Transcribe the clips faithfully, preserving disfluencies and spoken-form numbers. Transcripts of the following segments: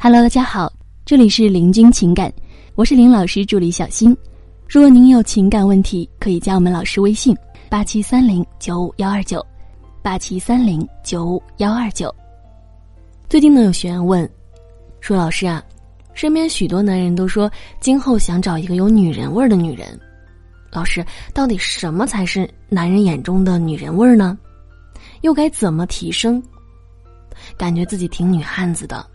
Hello， 大家好，这里是林君情感，我是林老师助理小新。如果您有情感问题，可以加我们老师微信八七三零九五一二九，八七三零九五一二九。最近呢，有学员问说，老师啊，身边许多男人都说今后想找一个有女人味的女人，老师，到底什么才是男人眼中的女人味呢？又该怎么提升？感觉自己挺女汉子的。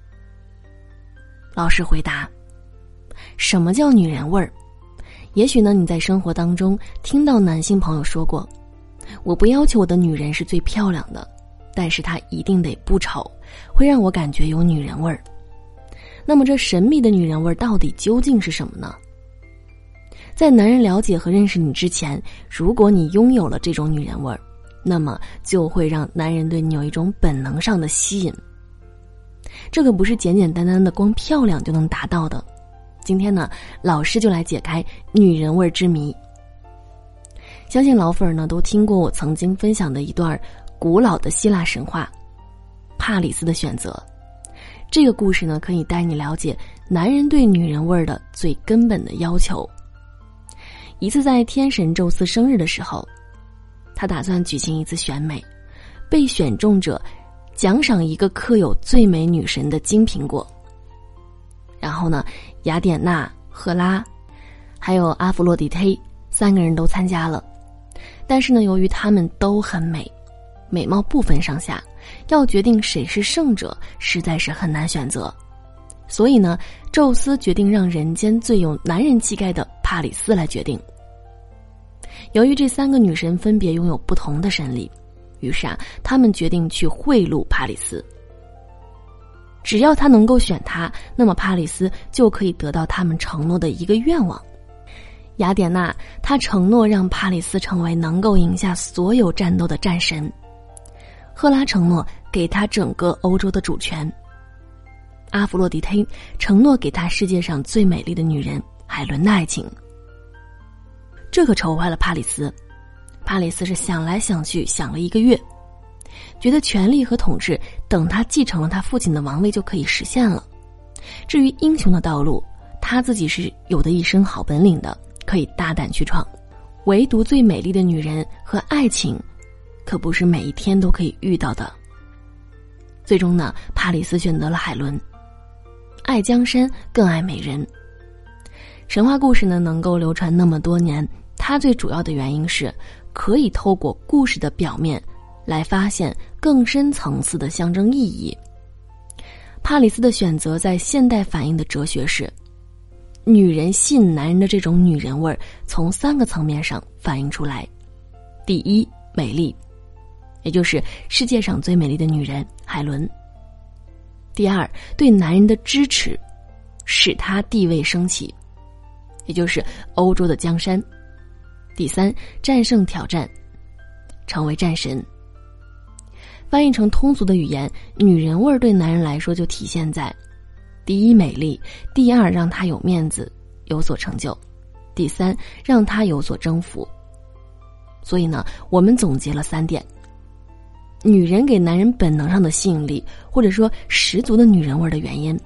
老师回答，什么叫女人味儿？也许呢，你在生活当中听到男性朋友说过，我不要求我的女人是最漂亮的，但是她一定得不丑，会让我感觉有女人味儿。那么这神秘的女人味儿到底究竟是什么呢？在男人了解和认识你之前，如果你拥有了这种女人味儿，那么就会让男人对你有一种本能上的吸引。这个不是简简单单的光漂亮就能达到的。今天呢，老师就来解开女人味之谜。相信老粉儿呢都听过我曾经分享的一段古老的希腊神话帕里斯的选择。这个故事呢，可以带你了解男人对女人味的最根本的要求。一次在天神宙斯生日的时候，他打算举行一次选美，被选中者奖赏一个刻有最美女神的金苹果。然后呢，雅典娜、赫拉还有阿弗洛狄忒三个人都参加了，但是呢，由于他们都很美，美貌不分上下，要决定谁是胜者实在是很难选择。所以呢，宙斯决定让人间最有男人气概的帕里斯来决定。由于这三个女神分别拥有不同的神力，于是啊，他们决定去贿赂帕里斯。只要他能够选他，那么帕里斯就可以得到他们承诺的一个愿望。雅典娜，她承诺让帕里斯成为能够赢下所有战斗的战神。赫拉承诺给他整个欧洲的主权。阿弗洛狄忒承诺给他世界上最美丽的女人海伦的爱情。这可愁坏了帕里斯。帕里斯是想来想去想了一个月，觉得权力和统治等他继承了他父亲的王位就可以实现了。至于英雄的道路，他自己是有的一身好本领的，可以大胆去闯。唯独最美丽的女人和爱情可不是每一天都可以遇到的。最终呢，帕里斯选择了海伦。爱江山更爱美人。神话故事呢能够流传那么多年，它最主要的原因是可以透过故事的表面来发现更深层次的象征意义。帕里斯的选择在现代反映的哲学是，女人吸引男人的这种女人味从三个层面上反映出来。第一，美丽，也就是世界上最美丽的女人海伦。第二，对男人的支持，使他地位升起，也就是欧洲的江山。第三，战胜挑战，成为战神。翻译成通俗的语言，女人味对男人来说就体现在第一，美丽；第二，让他有面子，有所成就；第三，让他有所征服。所以呢，我们总结了三点：女人给男人本能上的吸引力，或者说十足的女人味的原因。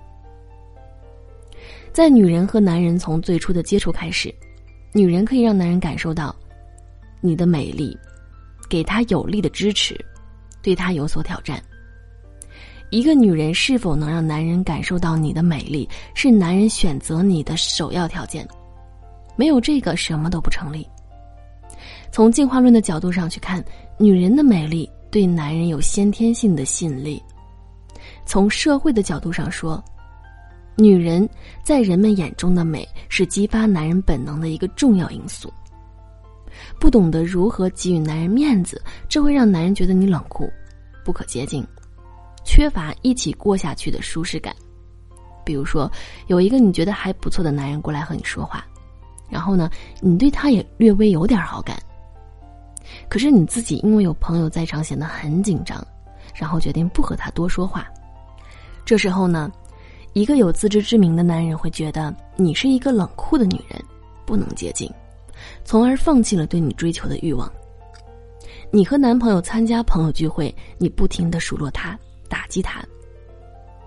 在女人和男人从最初的接触开始，女人可以让男人感受到你的美丽，给他有力的支持，对他有所挑战。一个女人是否能让男人感受到你的美丽，是男人选择你的首要条件。没有这个，什么都不成立。从进化论的角度上去看，女人的美丽对男人有先天性的吸引力。从社会的角度上说，女人在人们眼中的美是激发男人本能的一个重要因素。不懂得如何给予男人面子，这会让男人觉得你冷酷，不可接近，缺乏一起过下去的舒适感。比如说，有一个你觉得还不错的男人过来和你说话，然后呢，你对他也略微有点好感，可是你自己因为有朋友在场显得很紧张，然后决定不和他多说话。这时候呢，一个有自知之明的男人会觉得你是一个冷酷的女人，不能接近，从而放弃了对你追求的欲望。你和男朋友参加朋友聚会，你不停地数落他，打击他，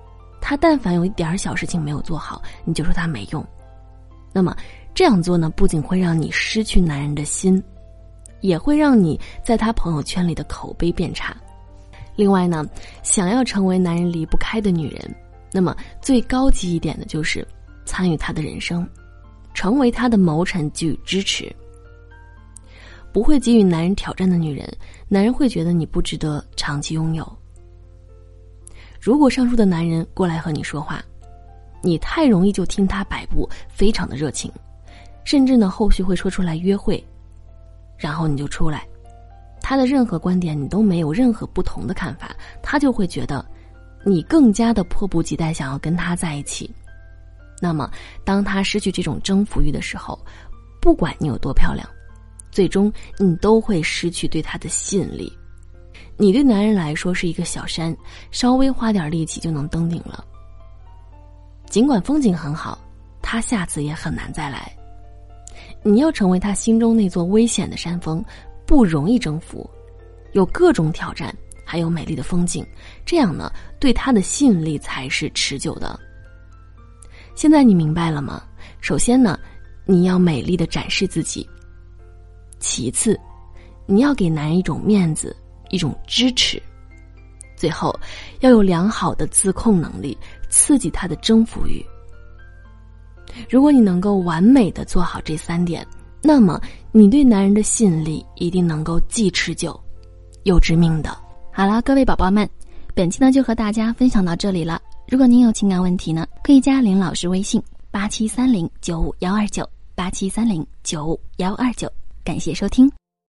他但凡有一点小事情没有做好，你就说他没用。那么这样做呢，不仅会让你失去男人的心，也会让你在他朋友圈里的口碑变差。另外呢，想要成为男人离不开的女人，那么最高级一点的就是参与他的人生，成为他的谋臣给予支持。不会给予男人挑战的女人，男人会觉得你不值得长期拥有。如果上述的男人过来和你说话，你太容易就听他摆布，非常的热情，甚至呢后续会说出来约会，然后你就出来，他的任何观点你都没有任何不同的看法，他就会觉得你更加的迫不及待想要跟他在一起。那么当他失去这种征服欲的时候，不管你有多漂亮，最终你都会失去对他的吸引力。你对男人来说是一个小山，稍微花点力气就能登顶了。尽管风景很好，他下次也很难再来。你要成为他心中那座危险的山峰，不容易征服，有各种挑战，还有美丽的风景，这样呢，对他的吸引力才是持久的。现在你明白了吗？首先呢，你要美丽的展示自己。其次，你要给男人一种面子，一种支持。最后，要有良好的自控能力，刺激他的征服欲。如果你能够完美的做好这三点，那么你对男人的吸引力一定能够既持久又致命的。 好了，各位宝宝们，本期呢就和大家分享到这里了。如果您有情感问题呢，可以加林老师微信八七三零九五幺二九八七三零九五幺二九。感谢收听。